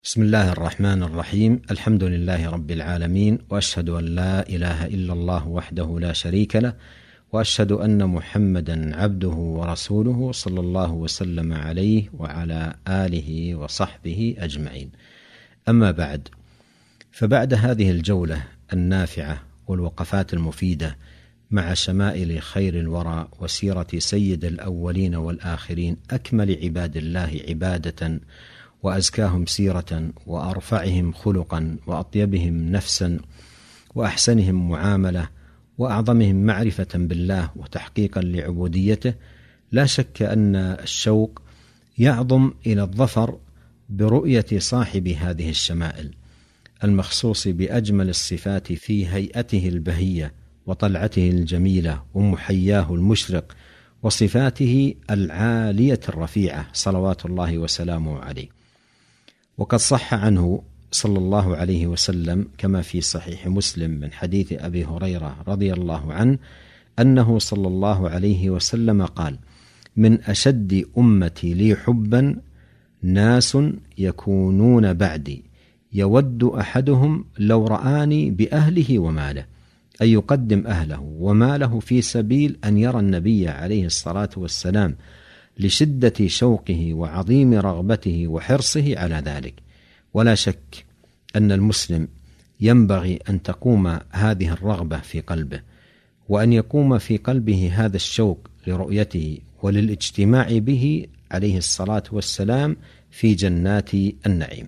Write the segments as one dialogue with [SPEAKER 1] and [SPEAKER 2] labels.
[SPEAKER 1] بسم الله الرحمن الرحيم. الحمد لله رب العالمين، وأشهد أن لا إله إلا الله وحده لا شريك له، وأشهد أن محمدا عبده ورسوله صلى الله وسلم عليه وعلى آله وصحبه أجمعين. أما بعد، فبعد هذه الجولة النافعة والوقفات المفيدة مع شمائل خير الورى وسيرة سيد الأولين والآخرين، أكمل عباد الله عبادة وأزكاهم سيرة وأرفعهم خلقا وأطيبهم نفسا وأحسنهم معاملة وأعظمهم معرفة بالله وتحقيقا لعبوديته، لا شك أن الشوق يعظم إلى الظفر برؤية صاحب هذه الشمائل المخصوص بأجمل الصفات في هيئته البهية وطلعته الجميلة ومحياه المشرق وصفاته العالية الرفيعة صلوات الله وسلامه عليه. وقد صح عنه صلى الله عليه وسلم كما في صحيح مسلم من حديث أبي هريرة رضي الله عنه أنه صلى الله عليه وسلم قال: من أشد أمتي لي حبا ناس يكونون بعدي يود أحدهم لو رآني بأهله وماله، أن يقدم أهله وماله في سبيل أن يرى النبي عليه الصلاة والسلام لشدة شوقه وعظيم رغبته وحرصه على ذلك. ولا شك أن المسلم ينبغي أن تقوم هذه الرغبة في قلبه، وأن يقوم في قلبه هذا الشوق لرؤيته وللاجتماع به عليه الصلاة والسلام في جنات النعيم.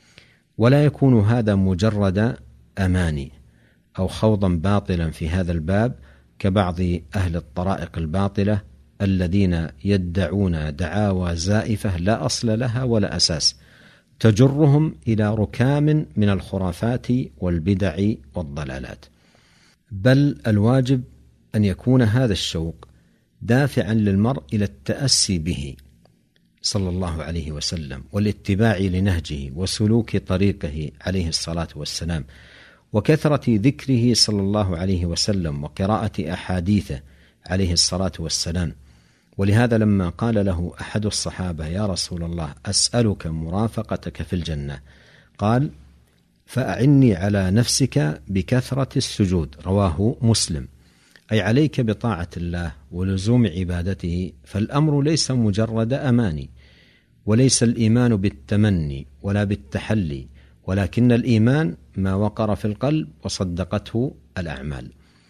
[SPEAKER 1] ولا يكون هذا مجرد أماني أو خوضا باطلا في هذا الباب كبعض أهل الطرائق الباطلة الذين يدعون دعاوى زائفة لا أصل لها ولا أساس، تجرهم إلى ركام من الخرافات والبدع والضلالات. بل الواجب أن يكون هذا الشوق دافعا للمرء إلى التأسي به صلى الله عليه وسلم والاتباع لنهجه وسلوك طريقه عليه الصلاة والسلام، وكثرة ذكره صلى الله عليه وسلم وقراءة أحاديثه عليه الصلاة والسلام. ولهذا لما قال له أحد الصحابة: يا رسول الله أسألك مرافقتك في الجنة، قال: فأعني على نفسك بكثرة السجود، رواه مسلم. أي عليك بطاعة الله ولزوم عبادته، فالأمر ليس مجرد أماني، وليس الإيمان بالتمني ولا بالتحلي، ولكن الإيمان ما وقر في القلب وصدقته الأعمال.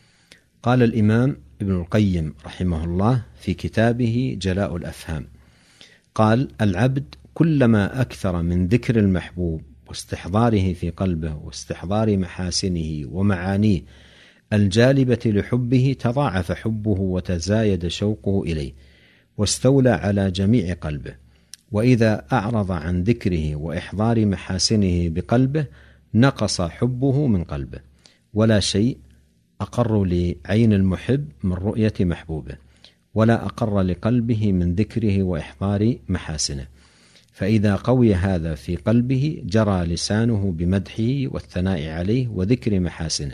[SPEAKER 1] قال الإمام ابن القيم رحمه الله في كتابه جلاء الأفهام، قال: العبد كلما أكثر من ذكر المحبوب واستحضاره في قلبه واستحضار محاسنه ومعانيه الجالبة لحبه، تضاعف حبه وتزايد شوقه إليه واستولى على جميع قلبه. وإذا أعرض عن ذكره وإحضار محاسنه بقلبه نقص حبه من قلبه. ولا شيء أقر لعين المحب من رؤية محبوبه، ولا أقر لقلبه من ذكره وإحضار محاسنه. فإذا قوي هذا في قلبه جرى لسانه بمدحه والثناء عليه وذكر محاسنه،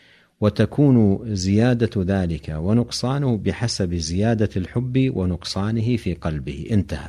[SPEAKER 1] وتكون زيادة ذلك ونقصانه بحسب زيادة الحب ونقصانه في قلبه. انتهى.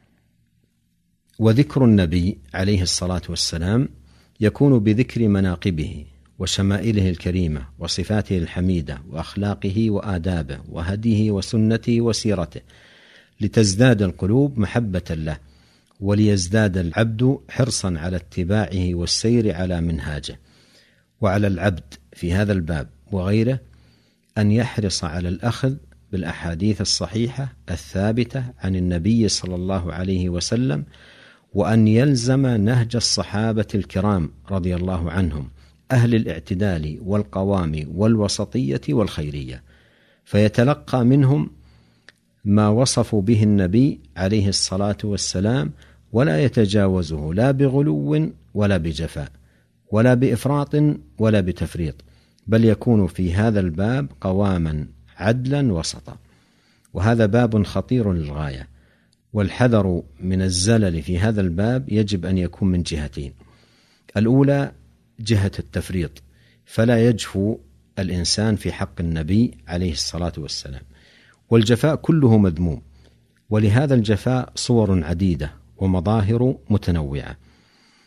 [SPEAKER 1] وذكر النبي عليه الصلاة والسلام يكون بذكر مناقبه وشمائله الكريمة وصفاته الحميدة وأخلاقه وآدابه وهديه وسنته وسيرته، لتزداد القلوب محبة له، وليزداد العبد حرصا على اتباعه والسير على منهاجه. وعلى العبد في هذا الباب وغيره أن يحرص على الأخذ بالأحاديث الصحيحة الثابتة عن النبي صلى الله عليه وسلم، وأن يلزم نهج الصحابة الكرام رضي الله عنهم أهل الاعتدال والقوام والوسطية والخيرية، فيتلقى منهم ما وصفوا به النبي عليه الصلاة والسلام، ولا يتجاوزه لا بغلو ولا بجفاء ولا بإفراط ولا بتفريط، بل يكون في هذا الباب قواما عدلا وسطا. وهذا باب خطير للغاية، والحذر من الزلل في هذا الباب يجب أن يكون من جهتين: الأولى جهة التفريط، فلا يجفو الإنسان في حق النبي عليه الصلاة والسلام، والجفاء كله مذموم، ولهذا الجفاء صور عديدة ومظاهر متنوعة.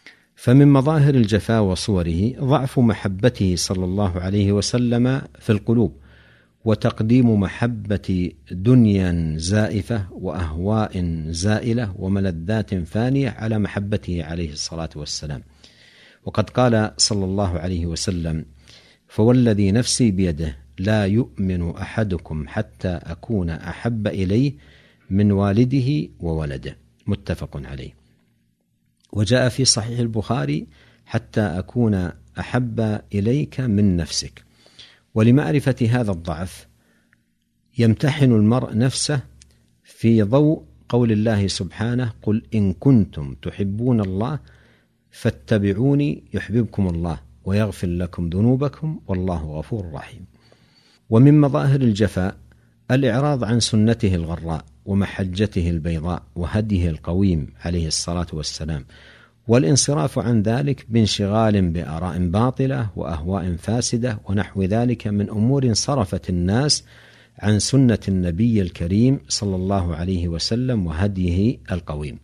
[SPEAKER 1] فمن مظاهر الجفاء وصوره ضعف محبته صلى الله عليه وسلم في القلوب، وتقديم محبة دنيا زائفة وأهواء زائلة وملذات فانية على محبته عليه الصلاة والسلام. وقد قال صلى الله عليه وسلم: فوالذي نفسي بيده لا يؤمن أحدكم حتى أكون أحب إليه من والده وولده، متفق عليه. وجاء في صحيح البخاري: حتى أكون أحب إليك من نفسك. ولمعرفة هذا الضعف يمتحن المرء نفسه في ضوء قول الله سبحانه: قل إن كنتم تحبون الله فاتبعوني يحببكم الله ويغفر لكم ذنوبكم والله غفور رحيم. ومن مظاهر الجفاء الإعراض عن سنته الغراء ومحجته البيضاء وهديه القويم عليه الصلاة والسلام، والانصراف عن ذلك بانشغال بآراء باطلة وأهواء فاسدة ونحو ذلك من أمور صرفت الناس عن سنة النبي الكريم صلى الله عليه وسلم وهديه القويم.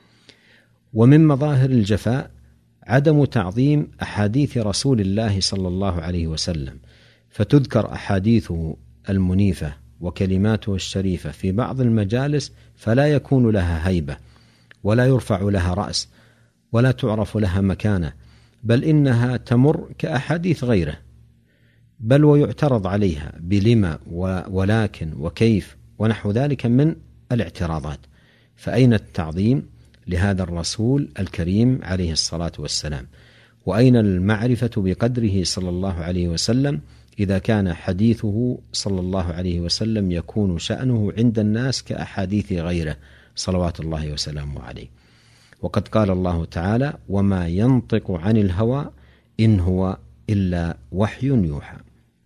[SPEAKER 1] ومن مظاهر الجفاء عدم تعظيم أحاديث رسول الله صلى الله عليه وسلم، فتذكر أحاديثه المنيفة وكلماته الشريفة في بعض المجالس فلا يكون لها هيبة ولا يرفع لها رأس ولا تعرف لها مكانة، بل إنها تمر كأحاديث غيره، بل ويعترض عليها بلما ولكن وكيف ونحو ذلك من الاعتراضات. فأين التعظيم لهذا الرسول الكريم عليه الصلاة والسلام؟ وأين المعرفة بقدره صلى الله عليه وسلم إذا كان حديثه صلى الله عليه وسلم يكون شأنه عند الناس كأحاديث غيره صلوات الله وسلامه عليه؟ وقد قال الله تعالى: وما ينطق عن الهوى إن هو إلا وحي يوحى.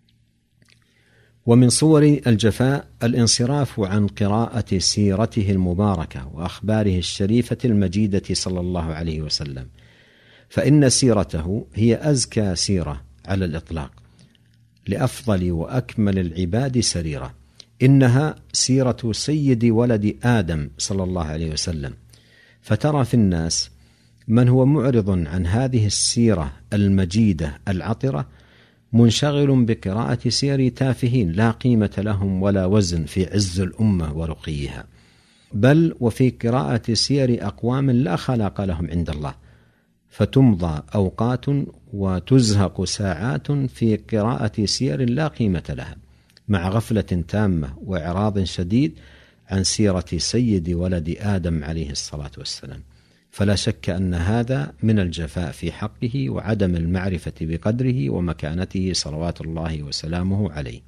[SPEAKER 1] ومن صور الجفاء الانصراف عن قراءة سيرته المباركة وأخباره الشريفة المجيدة صلى الله عليه وسلم، فإن سيرته هي أزكى سيرة على الإطلاق لأفضل وأكمل العباد سريرة. إنها سيرة سيد ولد آدم صلى الله عليه وسلم، فترى في الناس من هو معرض عن هذه السيرة المجيدة العطرة منشغل بقراءة سير تافهين لا قيمة لهم ولا وزن في عز الأمة ورقيها، بل وفي قراءة سير أقوام لا خلاق لهم عند الله، فتمضى أوقات وتزهق ساعات في قراءة سير لا قيمة لها، مع غفلة تامة وإعراض شديد عن سيرة سيد ولد آدم عليه الصلاة والسلام. فلا شك أن هذا من الجفاء في حقه وعدم المعرفة بقدره ومكانته صلوات الله وسلامه عليه.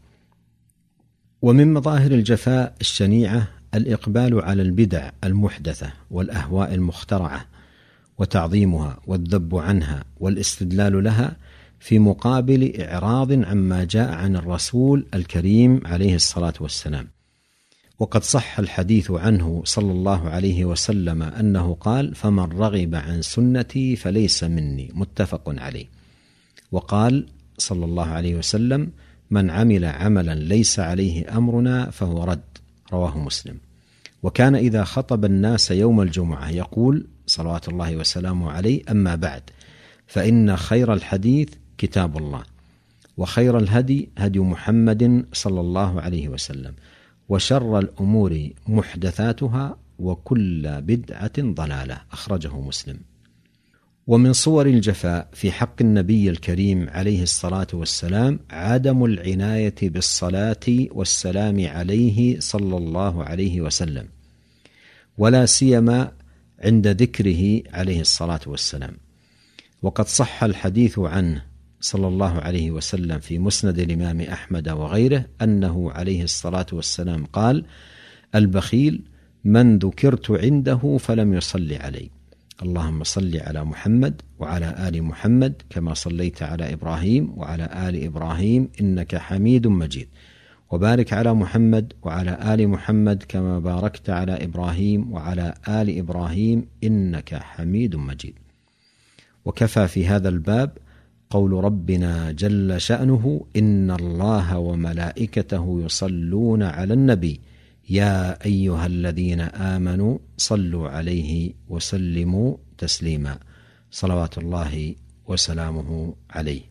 [SPEAKER 1] ومن مظاهر الجفاء الشنيعة الإقبال على البدع المحدثة والأهواء المخترعة وتعظيمها والذب عنها والاستدلال لها في مقابل إعراض عما جاء عن الرسول الكريم عليه الصلاة والسلام. وقد صح الحديث عنه صلى الله عليه وسلم أنه قال: فمن رغب عن سنتي فليس مني، متفق عليه. وقال صلى الله عليه وسلم: من عمل عملا ليس عليه أمرنا فهو رد، رواه مسلم. وكان إذا خطب الناس يوم الجمعة يقول صلوات الله وسلامه عليه: أما بعد، فإن خير الحديث كتاب الله، وخير الهدي هدي محمد صلى الله عليه وسلم، وشر الأمور محدثاتها وكل بدعة ضلالة، أخرجه مسلم. ومن صور الجفاء في حق النبي الكريم عليه الصلاة والسلام عدم العناية بالصلاة والسلام عليه صلى الله عليه وسلم، ولا سيما عند ذكره عليه الصلاة والسلام. وقد صح الحديث عنه صلى الله عليه وسلم في مسند الإمام أحمد وغيره أنه عليه الصلاة والسلام قال: البخيل من ذكرت عنده فلم يصلي علي، اللهم صل على محمد وعلى آل محمد كما صليت على إبراهيم وعلى آل إبراهيم إنك حميد مجيد، وبارك على محمد وعلى آل محمد كما باركت على إبراهيم وعلى آل إبراهيم إنك حميد مجيد. وكفى في هذا الباب قول ربنا جل شأنه: إن الله وملائكته يصلون على النبي يا أيها الذين آمنوا صلوا عليه وسلموا تسليما، صلوات الله وسلامه عليه.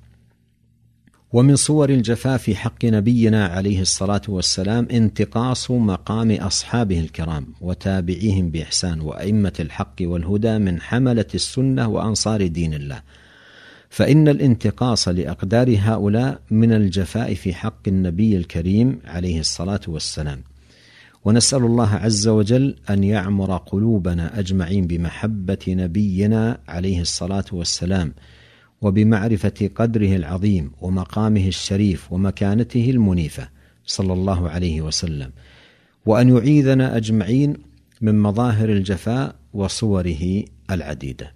[SPEAKER 1] ومن صور الجفاء في حق نبينا عليه الصلاة والسلام انتقاص مقام أصحابه الكرام وتابعيهم بإحسان وأئمة الحق والهدى من حملة السنة وأنصار دين الله، فإن الانتقاص لأقدار هؤلاء من الجفاء في حق النبي الكريم عليه الصلاة والسلام. ونسأل الله عز وجل أن يعمر قلوبنا أجمعين بمحبة نبينا عليه الصلاة والسلام وبمعرفة قدره العظيم ومقامه الشريف ومكانته المنيفة صلى الله عليه وسلم، وأن يعيذنا أجمعين من مظاهر الجفاء وصوره العديدة.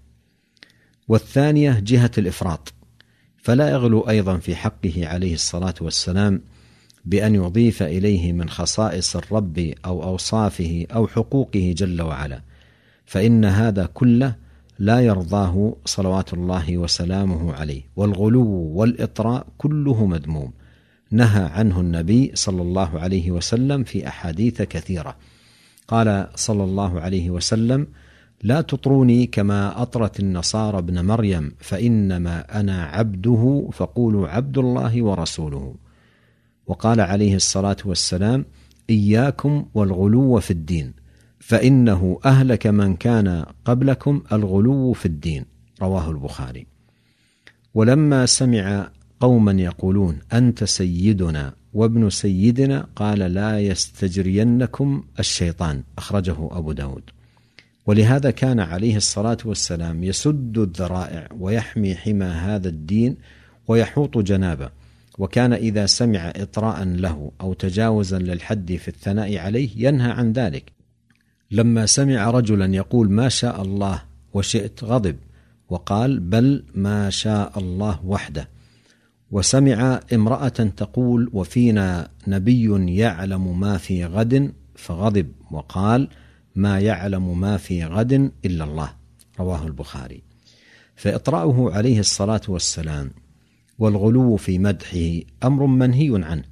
[SPEAKER 1] والثانية جهة الإفراط، فلا يغلو أيضا في حقه عليه الصلاة والسلام بأن يضيف إليه من خصائص الرب أو أوصافه أو حقوقه جل وعلا، فإن هذا كله لا يرضاه صلوات الله وسلامه عليه، والغلو والإطراء كله مذموم نهى عنه النبي صلى الله عليه وسلم في أحاديث كثيرة. قال صلى الله عليه وسلم: لا تطروني كما أطرت النصارى ابن مريم، فإنما أنا عبده فقولوا عبد الله ورسوله. وقال عليه الصلاة والسلام: إياكم والغلو في الدين، فإنه أهلك من كان قبلكم الغلو في الدين. رواه البخاري. ولما سمع قوما يقولون أنت سيدنا وابن سيدنا قال: لا يستجرينكم الشيطان. أخرجه أبو داود. ولهذا كان عليه الصلاة والسلام يسد الذرائع ويحمي حمى هذا الدين ويحوط جنابه، وكان إذا سمع إطراء له أو تجاوزا للحد في الثناء عليه ينهى عن ذلك. لما سمع رجلا يقول ما شاء الله وشئت غضب وقال: بل ما شاء الله وحده. وسمع امرأة تقول: وفينا نبي يعلم ما في غد، فغضب وقال: ما يعلم ما في غد إلا الله. رواه البخاري. فإطراؤه عليه الصلاة والسلام والغلو في مدحه أمر منهي عنه،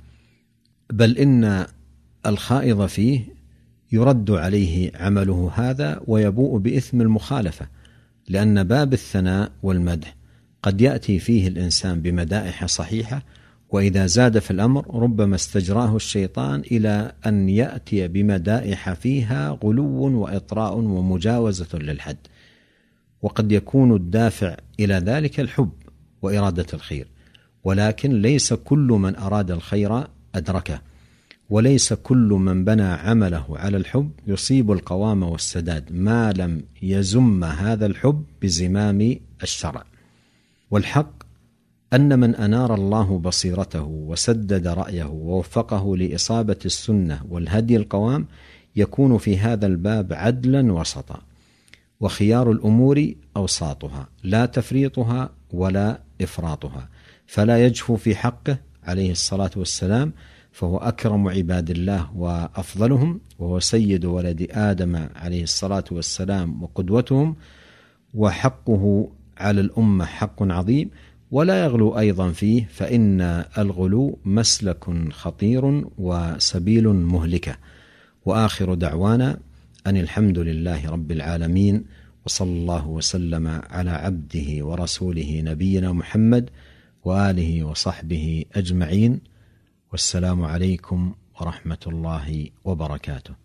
[SPEAKER 1] بل إن الخائض فيه يرد عليه عمله هذا ويبوء بإثم المخالفة، لأن باب الثناء والمدح قد يأتي فيه الإنسان بمدائح صحيحة، وإذا زاد في الأمر ربما استجراه الشيطان إلى أن يأتي بمدائح فيها غلو وإطراء ومجاوزة للحد، وقد يكون الدافع إلى ذلك الحب وإرادة الخير، ولكن ليس كل من أراد الخير أدركه، وليس كل من بنى عمله على الحب يصيب القوام والسداد ما لم يزم هذا الحب بزمام الشرع. والحق أن من أنار الله بصيرته وسدد رأيه ووفقه لإصابة السنة والهدي القوام يكون في هذا الباب عدلا وسطا، وخيار الأمور أوساطها لا تفريطها ولا إفراطها، فلا يجفو في حقه عليه الصلاة والسلام، فهو أكرم عباد الله وأفضلهم، وهو سيد ولد آدم عليه الصلاة والسلام وقدوتهم، وحقه على الأمة حق عظيم، ولا يغلو أيضا فيه، فإن الغلو مسلك خطير وسبيل مهلكة. وآخر دعوانا أن الحمد لله رب العالمين، وصلى الله وسلم على عبده ورسوله نبينا محمد وآله وصحبه أجمعين، والسلام عليكم ورحمة الله وبركاته.